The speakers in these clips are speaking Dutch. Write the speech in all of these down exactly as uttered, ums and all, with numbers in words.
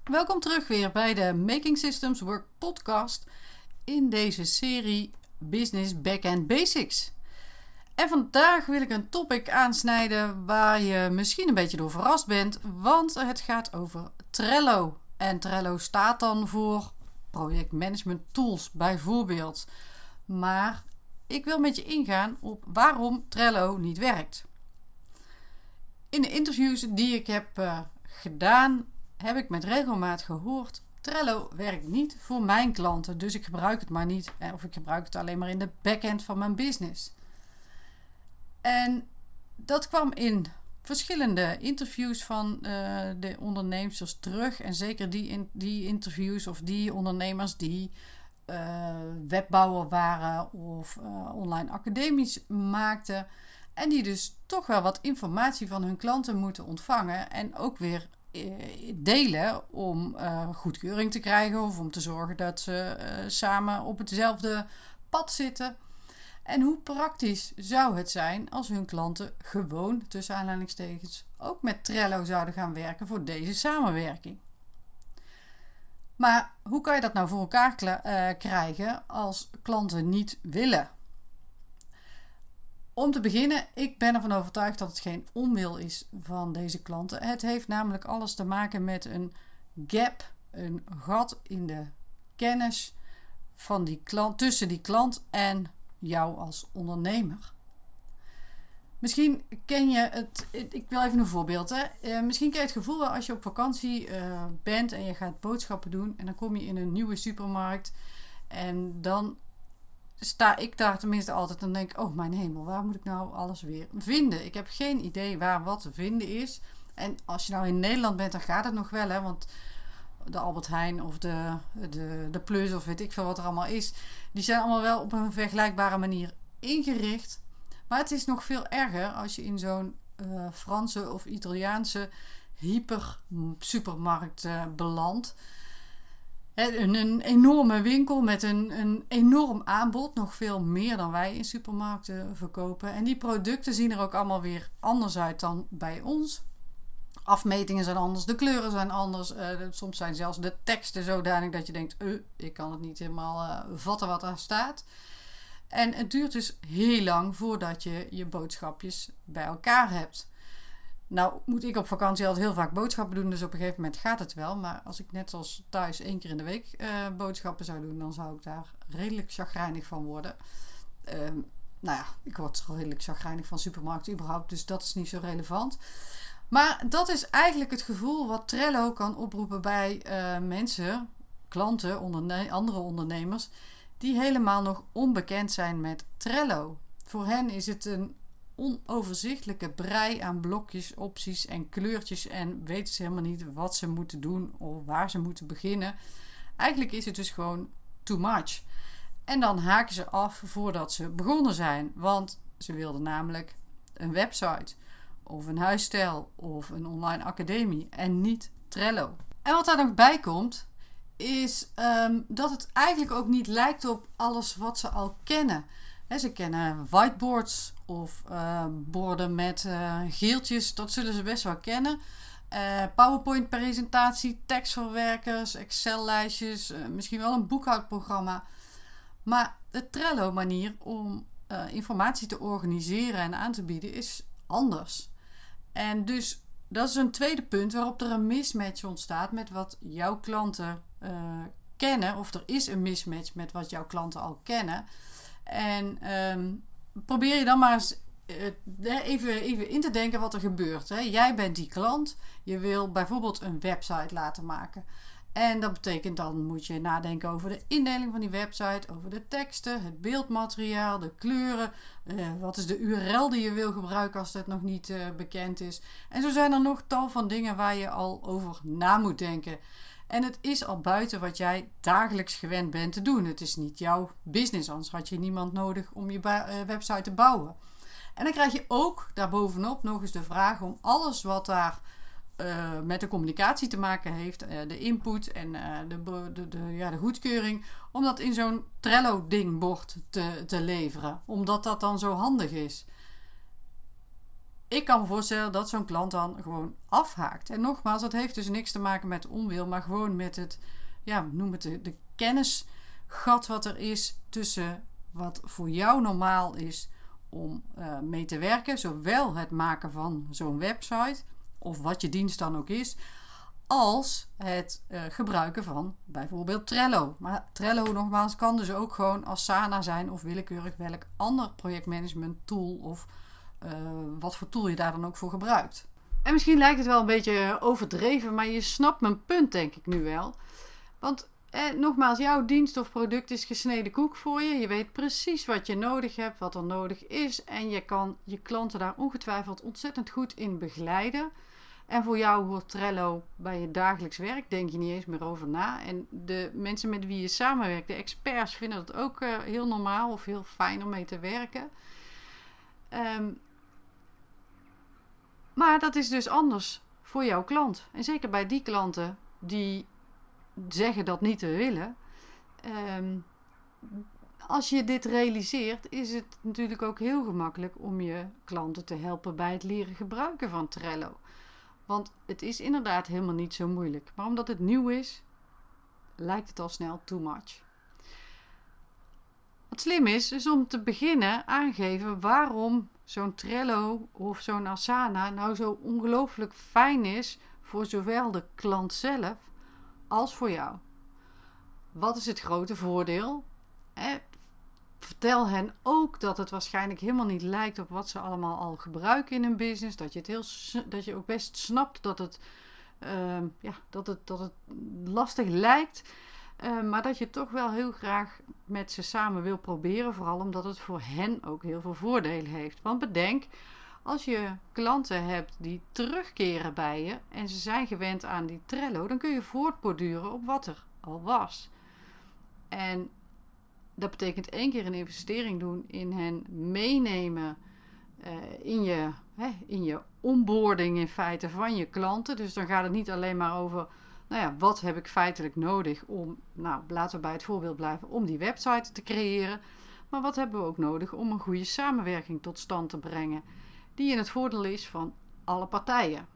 Welkom terug weer bij de Making Systems Work podcast in deze serie Business Backend Basics. En vandaag wil ik een topic aansnijden waar je misschien een beetje door verrast bent, want het gaat over Trello. En Trello staat dan voor projectmanagement tools bijvoorbeeld. Maar ik wil met je ingaan op waarom Trello niet werkt. In de interviews die ik heb uh, gedaan, heb ik met regelmaat gehoord: Trello werkt niet voor mijn klanten, dus ik gebruik het maar niet. Of ik gebruik het alleen maar in de backend van mijn business. En dat kwam in verschillende interviews van uh, de ondernemers terug. En zeker die, in, die interviews of die ondernemers die uh, webbouwer waren of uh, online academies maakten. En die dus toch wel wat informatie van hun klanten moeten ontvangen en ook weer delen om uh, goedkeuring te krijgen of om te zorgen dat ze uh, samen op hetzelfde pad zitten. En hoe praktisch zou het zijn als hun klanten gewoon, tussen aanhalingstekens, ook met Trello zouden gaan werken voor deze samenwerking. Maar hoe kan je dat nou voor elkaar kla- uh, krijgen als klanten niet willen? Om te beginnen, ik ben ervan overtuigd dat het geen onwil is van deze klanten. Het heeft namelijk alles te maken met een gap, een gat in de kennis van die klant, tussen die klant en jou als ondernemer. Misschien ken je het, ik wil even een voorbeeld. Hè. Uh, misschien ken je het gevoel wel als je op vakantie uh, bent en je gaat boodschappen doen en dan kom je in een nieuwe supermarkt en dan sta ik daar tenminste altijd en denk ik, oh mijn hemel, waar moet ik nou alles weer vinden? Ik heb geen idee waar wat te vinden is. En als je nou in Nederland bent, dan gaat het nog wel, hè, want de Albert Heijn of de, de, de Plus of weet ik veel wat er allemaal is, die zijn allemaal wel op een vergelijkbare manier ingericht. Maar het is nog veel erger als je in zo'n uh, Franse of Italiaanse hyper supermarkt uh, belandt. Een, een enorme winkel met een, een enorm aanbod. Nog veel meer dan wij in supermarkten verkopen. En die producten zien er ook allemaal weer anders uit dan bij ons. Afmetingen zijn anders, de kleuren zijn anders. Uh, soms zijn zelfs de teksten zodanig dat je denkt, uh, ik kan het niet helemaal uh, vatten wat daar staat. En het duurt dus heel lang voordat je je boodschapjes bij elkaar hebt. Nou moet ik op vakantie altijd heel vaak boodschappen doen, dus op een gegeven moment gaat het wel. Maar als ik net als thuis één keer in de week uh, boodschappen zou doen, dan zou ik daar redelijk chagrijnig van worden. Uh, nou ja, ik word redelijk chagrijnig van supermarkten überhaupt, dus dat is niet zo relevant. Maar dat is eigenlijk het gevoel wat Trello kan oproepen bij uh, mensen, klanten, onderne- andere ondernemers, die helemaal nog onbekend zijn met Trello. Voor hen is het een onoverzichtelijke brei aan blokjes, opties en kleurtjes en weten ze helemaal niet wat ze moeten doen of waar ze moeten beginnen. Eigenlijk is het dus gewoon too much. En dan haken ze af voordat ze begonnen zijn, want ze wilden namelijk een website of een huisstijl of een online academie en niet Trello. En wat daar nog bij komt is um, dat het eigenlijk ook niet lijkt op alles wat ze al kennen. He, ze kennen whiteboards of uh, borden met uh, geeltjes, dat zullen ze best wel kennen. Uh, PowerPoint-presentatie, tekstverwerkers, Excel-lijstjes, uh, misschien wel een boekhoudprogramma. Maar de Trello-manier om uh, informatie te organiseren en aan te bieden is anders. En dus dat is een tweede punt waarop er een mismatch ontstaat met wat jouw klanten uh, kennen. Of er is een mismatch met wat jouw klanten al kennen. En um, probeer je dan maar eens uh, even, even in te denken wat er gebeurt. Hè. Jij bent die klant. Je wil bijvoorbeeld een website laten maken. En dat betekent dan moet je nadenken over de indeling van die website, over de teksten, het beeldmateriaal, de kleuren. Uh, wat is de U R L die je wil gebruiken als dat nog niet uh, bekend is. En zo zijn er nog tal van dingen waar je al over na moet denken. En het is al buiten wat jij dagelijks gewend bent te doen. Het is niet jouw business, anders had je niemand nodig om je ba- uh, website te bouwen. En dan krijg je ook daarbovenop nog eens de vraag om alles wat daar uh, met de communicatie te maken heeft, uh, de input en uh, de, de, de, ja, de goedkeuring, om dat in zo'n Trello-dingbord te, te leveren. Omdat dat dan zo handig is. ik kan me voorstellen dat zo'n klant dan gewoon afhaakt. En nogmaals, dat heeft dus niks te maken met onwil, maar gewoon met het, ja, noem het de, de kennisgat wat er is tussen wat voor jou normaal is om uh, mee te werken. Zowel het maken van zo'n website, of wat je dienst dan ook is, als het uh, gebruiken van bijvoorbeeld Trello. Maar Trello nogmaals kan dus ook gewoon Asana zijn of willekeurig welk ander projectmanagement tool of uh, wat voor tool je daar dan ook voor gebruikt. En misschien lijkt het wel een beetje overdreven, maar je snapt mijn punt denk ik nu wel. Want eh, nogmaals, jouw dienst of product is gesneden koek voor je. Je weet precies wat je nodig hebt, wat er nodig is. En je kan je klanten daar ongetwijfeld ontzettend goed in begeleiden. En voor jou hoort Trello bij je dagelijks werk. Denk je niet eens meer over na. En de mensen met wie je samenwerkt, de experts, vinden het ook uh, heel normaal of heel fijn om mee te werken. Um, maar dat is dus anders voor jouw klant. En zeker bij die klanten die zeggen dat niet te willen. Um, als je dit realiseert, is het natuurlijk ook heel gemakkelijk om je klanten te helpen bij het leren gebruiken van Trello. Want het is inderdaad helemaal niet zo moeilijk. Maar omdat het nieuw is, lijkt het al snel too much. Wat slim is, is om te beginnen aangeven waarom zo'n Trello of zo'n Asana nou zo ongelooflijk fijn is voor zowel de klant zelf als voor jou. Wat is het grote voordeel? Eh, vertel hen ook dat het waarschijnlijk helemaal niet lijkt op wat ze allemaal al gebruiken in hun business. Dat je, het heel, dat je ook best snapt dat het, uh, ja, dat het, dat het lastig lijkt. Uh, maar dat je toch wel heel graag met ze samen wil proberen. Vooral omdat het voor hen ook heel veel voordelen heeft. Want bedenk, als je klanten hebt die terugkeren bij je en ze zijn gewend aan die Trello, dan kun je voortborduren op wat er al was. En dat betekent één keer een investering doen in hen meenemen uh, in, je, hè, in je onboarding in feite van je klanten. Dus dan gaat het niet alleen maar over, nou ja, wat heb ik feitelijk nodig om, nou laten we bij het voorbeeld blijven, om die website te creëren. Maar wat hebben we ook nodig om een goede samenwerking tot stand te brengen, die in het voordeel is van alle partijen.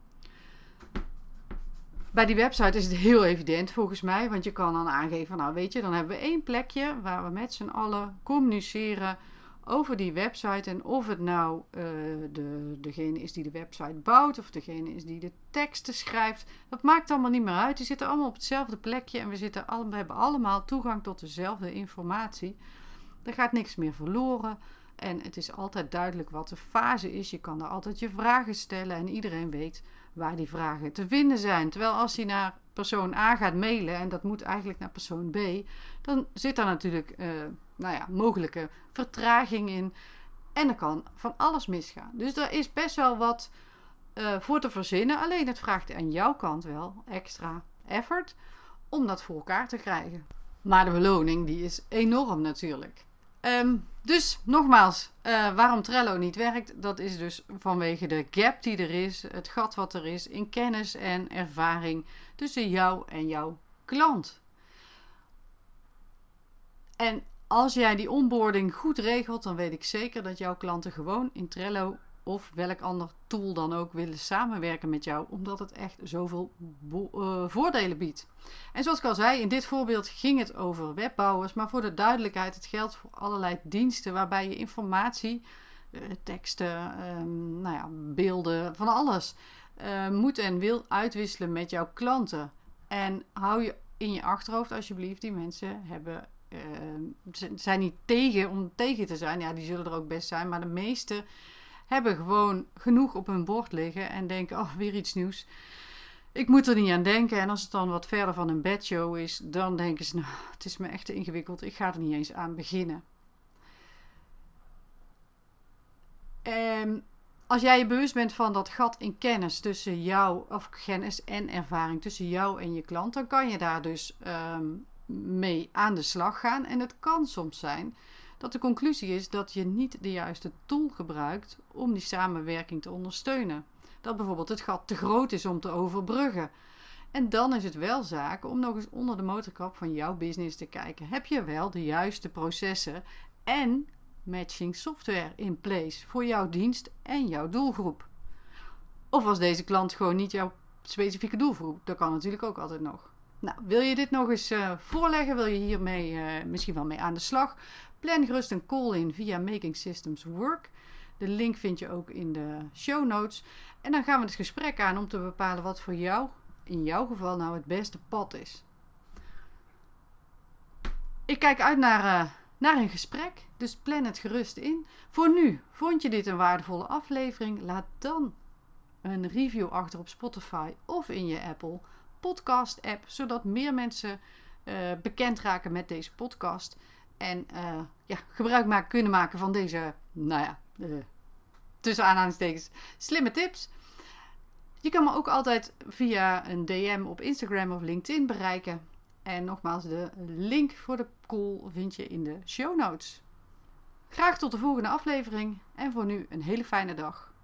Bij die website is het heel evident volgens mij, want je kan dan aangeven, nou weet je, dan hebben we één plekje waar we met z'n allen communiceren over die website. En of het nou uh, de, degene is die de website bouwt of degene is die de teksten schrijft, dat maakt allemaal niet meer uit. Die zitten allemaal op hetzelfde plekje en we, zitten al, we hebben allemaal toegang tot dezelfde informatie. Er gaat niks meer verloren. En het is altijd duidelijk wat de fase is. Je kan daar altijd je vragen stellen en iedereen weet waar die vragen te vinden zijn. Terwijl als hij naar persoon A gaat mailen en dat moet eigenlijk naar persoon B, dan zit daar natuurlijk uh, nou ja, mogelijke vertraging in. En er kan van alles misgaan. Dus er is best wel wat uh, voor te verzinnen. Alleen het vraagt aan jouw kant wel extra effort om dat voor elkaar te krijgen. Maar de beloning die is enorm natuurlijk. Um, dus nogmaals, uh, waarom Trello niet werkt, dat is dus vanwege de gap die er is, het gat wat er is in kennis en ervaring tussen jou en jouw klant. En als jij die onboarding goed regelt, dan weet ik zeker dat jouw klanten gewoon in Trello of welk ander tool dan ook willen samenwerken met jou, omdat het echt zoveel bo- uh, voordelen biedt. En zoals ik al zei, in dit voorbeeld ging het over webbouwers, maar voor de duidelijkheid, het geldt voor allerlei diensten waarbij je informatie, uh, teksten, um, nou ja, beelden, van alles uh, moet en wil uitwisselen met jouw klanten. En hou je in je achterhoofd alsjeblieft, die mensen hebben, uh, zijn niet tegen om tegen te zijn. Ja, die zullen er ook best zijn, maar de meeste hebben gewoon genoeg op hun bord liggen en denken, oh, weer iets nieuws. Ik moet er niet aan denken. En als het dan wat verder van een bedshow is, dan denken ze, nou, het is me echt te ingewikkeld. Ik ga er niet eens aan beginnen. En als jij je bewust bent van dat gat in kennis tussen jou, of kennis en ervaring tussen jou en je klant, dan kan je daar dus um, mee aan de slag gaan. En het kan soms zijn dat de conclusie is dat je niet de juiste tool gebruikt om die samenwerking te ondersteunen. Dat bijvoorbeeld het gat te groot is om te overbruggen. En dan is het wel zaak om nog eens onder de motorkap van jouw business te kijken. Heb je wel de juiste processen en matching software in place voor jouw dienst en jouw doelgroep. Of was deze klant gewoon niet jouw specifieke doelgroep? Dat kan natuurlijk ook altijd nog. Nou, wil je dit nog eens uh, voorleggen? Wil je hiermee uh, misschien wel mee aan de slag? Plan gerust een call in via Making Systems Work. De link vind je ook in de show notes. En dan gaan we het gesprek aan om te bepalen wat voor jou, in jouw geval, nou het beste pad is. Ik kijk uit naar, uh, naar een gesprek, dus plan het gerust in. Voor nu, vond je dit een waardevolle aflevering? Laat dan een review achter op Spotify of in je Apple podcast app, zodat meer mensen uh, bekend raken met deze podcast en uh, ja, gebruik maken, kunnen maken van deze, nou ja, uh, tussen aanhalingstekens, slimme tips. Je kan me ook altijd via een D M op Instagram of LinkedIn bereiken. En nogmaals, de link voor de call vind je in de show notes. Graag tot de volgende aflevering en voor nu een hele fijne dag.